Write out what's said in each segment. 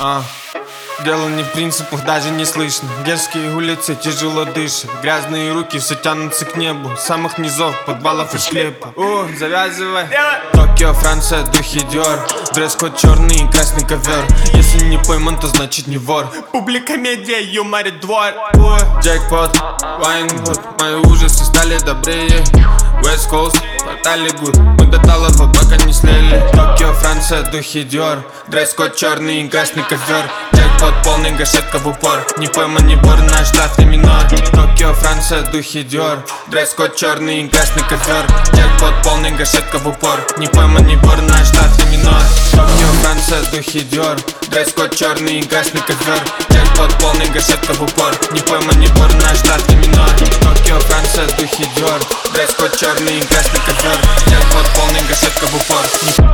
Дело не в принципах, даже не слышно. Дерзкие улицы, тяжело дышат. Грязные руки все тянутся к небу. С самых низов, подвалов и склепа. Завязывай. Токио, Франция, духи Диор. Дресс-код черный и красный ковер. Если не пойман, то значит не вор. Публика, медиа, юморит двор. Джекпот, Вайнгуд. Мои ужасы стали добрее. West Coast, портали гуд. Мы до талого, пока не слили. Токио, Франция, духи Диор. Дресс-код черный и красный ковер. Джекпот полный, гашетка в упор. Не пойман, не вор, наш штат и минор. Токио, Франция, духи Диор. Дресс-код черный и красный ковер. Джекпот полный, гашетка в упор. Не пойман, не вор, наш штат и минор. Токио, Франция, духи Диор. Дресс-код черный и красный ковер. Джекпот полный, гашетка в упор. Не пойман, не вор, наш штат и минор. Токио, Франция, духи Диор. Дресс-код черный и красный ковер. Джекпот полный, гашетка в упор.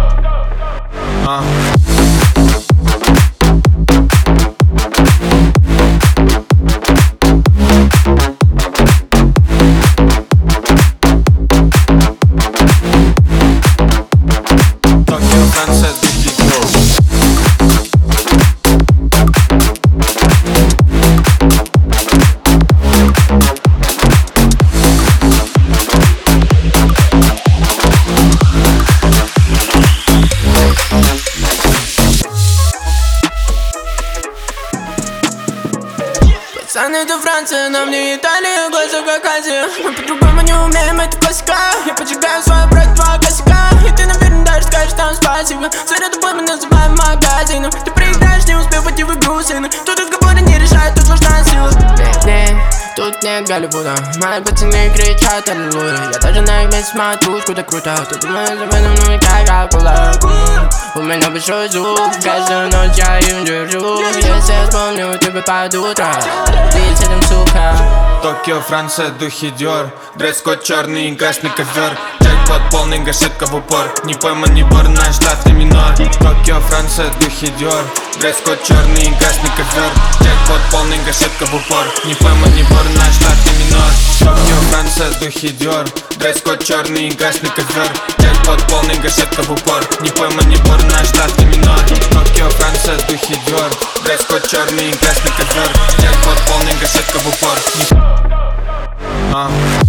Пацаны, это Франция, нам не Италия, глаза как Азия. Мы по-другому не умеем, это классика. Я поджигаю свой брат, два косяка. И ты, наверное, даже скажешь там спасибо. За тобой мы называем магазином. Ты проиграешь, не успев войти в игру, сына. Тут разговоры не решают, тут нужна сила. Тут нет Голливуда. Мои пацаны кричат аллилуйя. Я даже на их месте смотрю, куда круто. Ты думаешь об этом, ну и как акула. У меня большой звук, каждую ночь я им держу. Если я вспомню тебя под утро, ты с этим, сука. Токио, Франция, духи Диор. Дресс-код черный и красный ковер. Джекпот полный, гашетка в упор. Не пойман, не вор, наш штат и минор. Токио, Франция, духи Диор. Дресс-код черный и красный ковер. Джекпот полный, гашетка в упор. Не пойман, не вор, наш штат и минор. Токио, Франция, духи Диор. Дресс-код черный и красный ковер. Джекпот полный, гашетка в упор. Не пойман, не вор, наш штат и минор. Токио, Франция, духи Диор. Дресс-код черный и красный ковер. Джекпот полный, гашетка в упор.